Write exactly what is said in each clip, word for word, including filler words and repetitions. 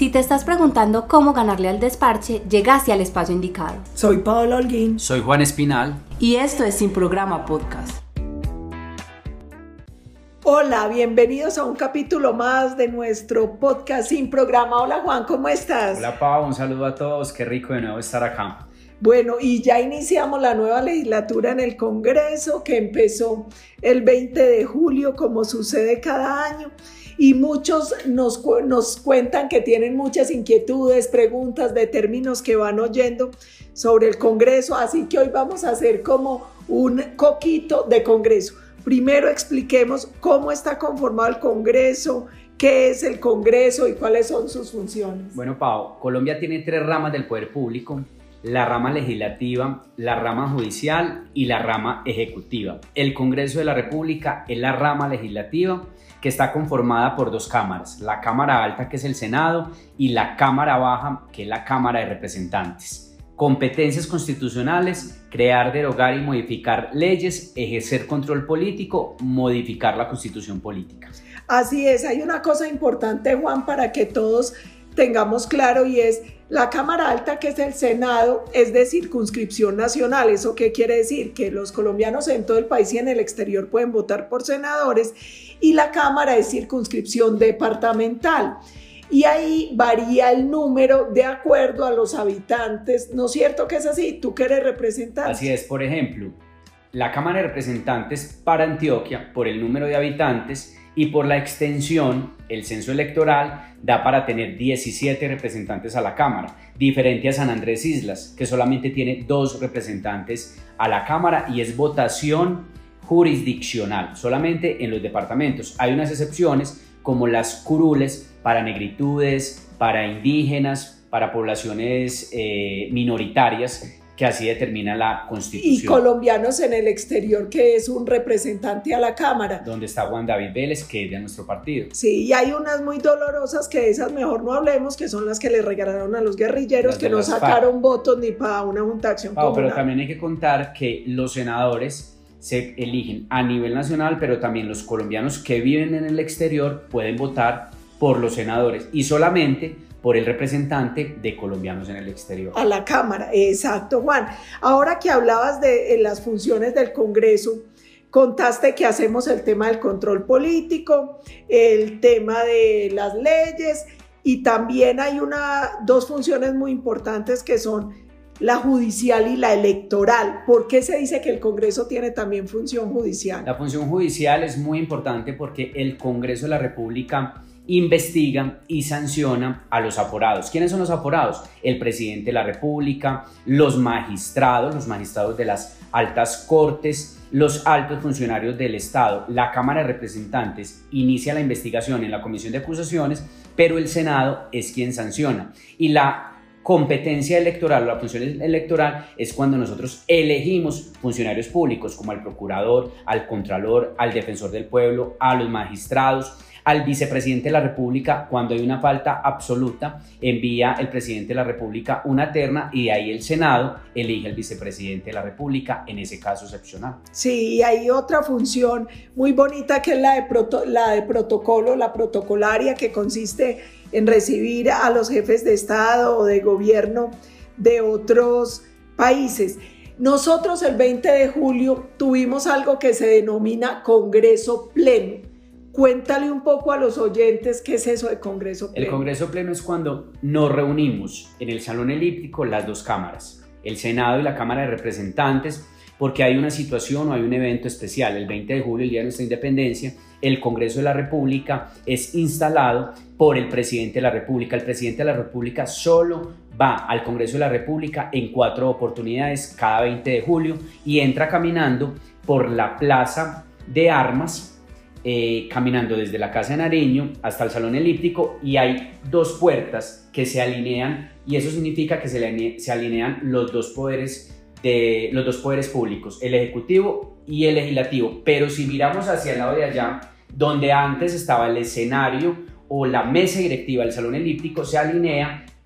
Si te estás preguntando cómo ganarle al desparche, llegaste al espacio indicado. Soy Paola Holguín. Soy Juan Espinal. Y esto es Sin Programa Podcast. Hola, bienvenidos a un capítulo más de nuestro podcast Sin Programa. Hola Juan, ¿cómo estás? Hola Pau, un saludo a todos, qué rico de nuevo estar acá. Bueno, y ya iniciamos la nueva legislatura en el Congreso que empezó el veinte de julio, como sucede cada año. Y muchos nos, nos cuentan que tienen muchas inquietudes, preguntas de términos que van oyendo sobre el Congreso, así que hoy vamos a hacer como un coquito de Congreso. Primero expliquemos cómo está conformado el Congreso, qué es el Congreso y cuáles son sus funciones. Bueno, Pau, Colombia tiene tres ramas del poder público: la rama legislativa, la rama judicial y la rama ejecutiva. El Congreso de la República es la rama legislativa, que está conformada por dos cámaras, la Cámara Alta, que es el Senado, y la Cámara Baja, que es la Cámara de Representantes. Competencias constitucionales: crear, derogar y modificar leyes, ejercer control político, modificar la constitución política. Así es, hay una cosa importante, Juan, para que todos tengamos claro, y es la Cámara Alta, que es el Senado, es de circunscripción nacional. ¿Eso qué quiere decir? Que los colombianos en todo el país y en el exterior pueden votar por senadores, y la Cámara es circunscripción departamental. Y ahí varía el número de acuerdo a los habitantes, ¿no es cierto que es así? ¿Tú que eres representante? Así es, por ejemplo, la Cámara de Representantes para Antioquia, por el número de habitantes y por la extensión, el censo electoral da para tener diecisiete representantes a la Cámara, diferente a San Andrés Islas, que solamente tiene dos representantes a la Cámara y es votación jurisdiccional, solamente en los departamentos. Hay unas excepciones como las curules para negritudes, para indígenas, para poblaciones eh, minoritarias, que así determina la Constitución. Y colombianos en el exterior, que es un representante a la Cámara. Donde está Juan David Vélez, que es de nuestro partido. Sí, y hay unas muy dolorosas que de esas mejor no hablemos, que son las que le regalaron a los guerrilleros, que no sacaron FARC. Votos ni para una junta de acción Pau, comunal. Pero también hay que contar que los senadores se eligen a nivel nacional, pero también los colombianos que viven en el exterior pueden votar por los senadores y solamente por el representante de colombianos en el exterior. A la Cámara, exacto, Juan. Ahora que hablabas de las funciones del Congreso, contaste que hacemos el tema del control político, el tema de las leyes, y también hay una, dos funciones muy importantes que son la judicial y la electoral. ¿Por qué se dice que el Congreso tiene también función judicial? La función judicial es muy importante porque el Congreso de la República investiga y sanciona a los aforados. ¿Quiénes son los aforados? El presidente de la República, los magistrados, los magistrados de las altas cortes, los altos funcionarios del Estado. La Cámara de Representantes inicia la investigación en la Comisión de Acusaciones, pero el Senado es quien sanciona. Y la competencia electoral, la función electoral, es cuando nosotros elegimos funcionarios públicos como al procurador, al contralor, al defensor del pueblo, a los magistrados, al vicepresidente de la República. Cuando hay una falta absoluta, envía el presidente de la República una terna y de ahí el Senado elige al vicepresidente de la República, en ese caso excepcional. Sí, y hay otra función muy bonita que es la de, proto, la de protocolo, la protocolaria, que consiste en recibir a los jefes de Estado o de gobierno de otros países. Nosotros el veinte de julio tuvimos algo que se denomina Congreso Pleno. Cuéntale un poco a los oyentes qué es eso de Congreso Pleno. El Congreso Pleno es cuando nos reunimos en el Salón Elíptico las dos cámaras, el Senado y la Cámara de Representantes, porque hay una situación o hay un evento especial. El veinte de julio, el día de nuestra independencia, el Congreso de la República es instalado por el presidente de la República. El presidente de la República solo va al Congreso de la República en cuatro oportunidades cada veinte de julio y entra caminando por la Plaza de Armas, Eh, caminando desde la Casa de Nariño hasta el Salón Elíptico, y hay dos puertas que se alinean, y eso significa que se, aline, se alinean los dos poderes de los dos poderes públicos, el ejecutivo y el legislativo. Pero si miramos hacia el lado de allá, donde antes estaba el escenario o la mesa directiva del Salón Elíptico, se alinea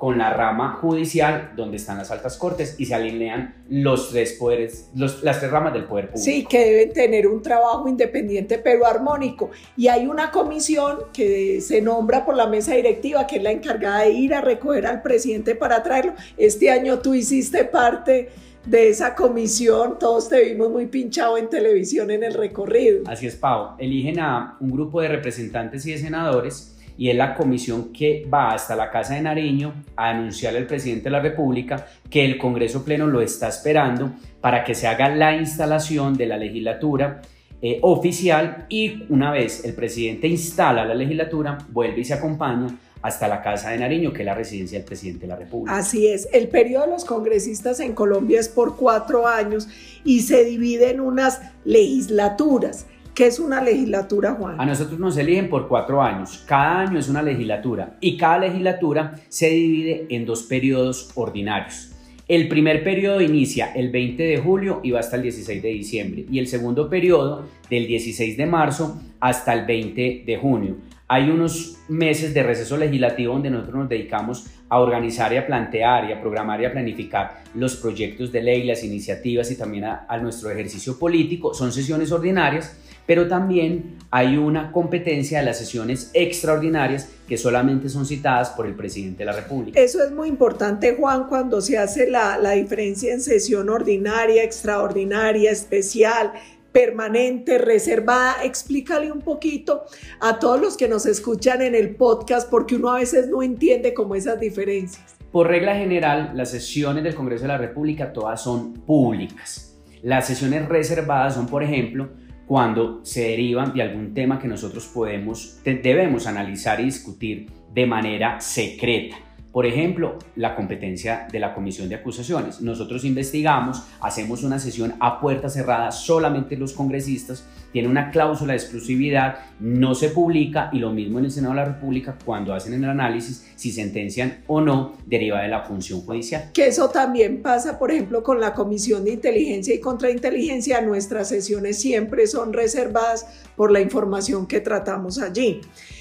con la rama judicial, donde están las altas cortes, y se alinean los tres poderes, los, las tres ramas del poder público. Sí, que deben tener un trabajo independiente pero armónico. Y hay una comisión que se nombra por la mesa directiva, que es la encargada de ir a recoger al presidente para traerlo. Este año tú hiciste parte de esa comisión, todos te vimos muy pinchado en televisión en el recorrido. Así es, Pau. Eligen a un grupo de representantes y de senadores, y es la comisión que va hasta la Casa de Nariño a anunciarle al presidente de la República que el Congreso Pleno lo está esperando para que se haga la instalación de la legislatura eh, oficial, y una vez el presidente instala la legislatura, vuelve y se acompaña hasta la Casa de Nariño, que es la residencia del presidente de la República. Así es, el periodo de los congresistas en Colombia es por cuatro años y se divide en unas legislaturas. ¿Qué es una legislatura, Juan? A nosotros nos eligen por cuatro años. Cada año es una legislatura y cada legislatura se divide en dos periodos ordinarios. El primer periodo inicia el veinte de julio y va hasta el dieciséis de diciembre, y el segundo periodo del dieciséis de marzo hasta el veinte de junio. Hay unos meses de receso legislativo donde nosotros nos dedicamos a organizar y a plantear y a programar y a planificar los proyectos de ley, las iniciativas, y también a, a nuestro ejercicio político. Son sesiones ordinarias, pero también hay una competencia de las sesiones extraordinarias que solamente son citadas por el presidente de la República. Eso es muy importante, Juan, cuando se hace la, la diferencia en sesión ordinaria, extraordinaria, especial, permanente, reservada. Explícale un poquito a todos los que nos escuchan en el podcast, porque uno a veces no entiende como esas diferencias. Por regla general, las sesiones del Congreso de la República todas son públicas. Las sesiones reservadas son, por ejemplo, cuando se derivan de algún tema que nosotros podemos, debemos analizar y discutir de manera secreta. Por ejemplo, la competencia de la Comisión de Acusaciones. Nosotros investigamos, hacemos una sesión a puerta cerrada, solamente los congresistas, tiene una cláusula de exclusividad, no se publica, y lo mismo en el Senado de la República cuando hacen el análisis si sentencian o no, deriva de la función judicial. Que eso también pasa, por ejemplo, con la Comisión de Inteligencia y Contrainteligencia. Nuestras sesiones siempre son reservadas por la información que tratamos allí.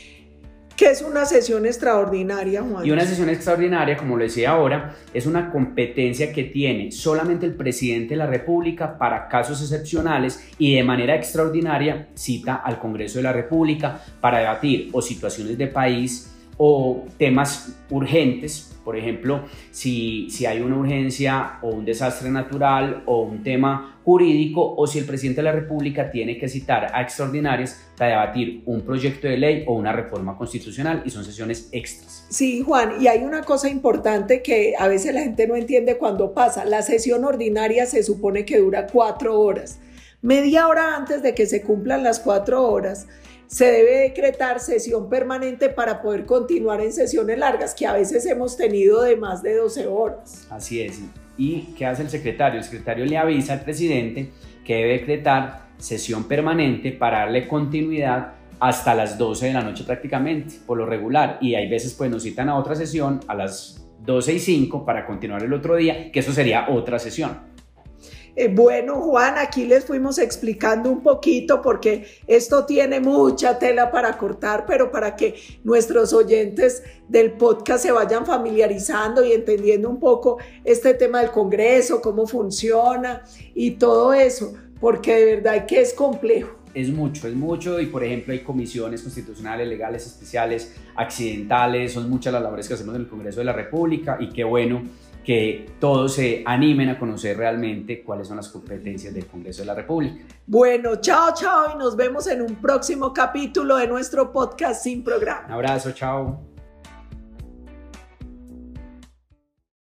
¿Qué es una sesión extraordinaria, Juan? Y una sesión extraordinaria, como lo decía ahora, es una competencia que tiene solamente el presidente de la República para casos excepcionales, y de manera extraordinaria cita al Congreso de la República para debatir o situaciones de país o temas urgentes. Por ejemplo, si, si hay una urgencia o un desastre natural o un tema jurídico, o si el presidente de la República tiene que citar a extraordinarias para debatir un proyecto de ley o una reforma constitucional, y son sesiones extras. Sí, Juan, y hay una cosa importante que a veces la gente no entiende cuando pasa. La sesión ordinaria se supone que dura cuatro horas. Media hora antes de que se cumplan las cuatro horas, se debe decretar sesión permanente para poder continuar en sesiones largas, que a veces hemos tenido de más de doce horas. Así es. ¿Y qué hace el secretario? El secretario le avisa al presidente que debe decretar sesión permanente para darle continuidad hasta las doce de la noche prácticamente, por lo regular. Y hay veces pues nos citan a otra sesión a las doce y cinco para continuar el otro día, que eso sería otra sesión. Eh, bueno, Juan, aquí les fuimos explicando un poquito, porque esto tiene mucha tela para cortar, pero para que nuestros oyentes del podcast se vayan familiarizando y entendiendo un poco este tema del Congreso, cómo funciona y todo eso, porque de verdad que es complejo. Es mucho, es mucho, y por ejemplo hay comisiones constitucionales, legales, especiales, accidentales, son muchas las labores que hacemos en el Congreso de la República, y qué bueno que todos se animen a conocer realmente cuáles son las competencias del Congreso de la República. Bueno, chao, chao, y nos vemos en un próximo capítulo de nuestro podcast Sin Programa. Un abrazo, chao.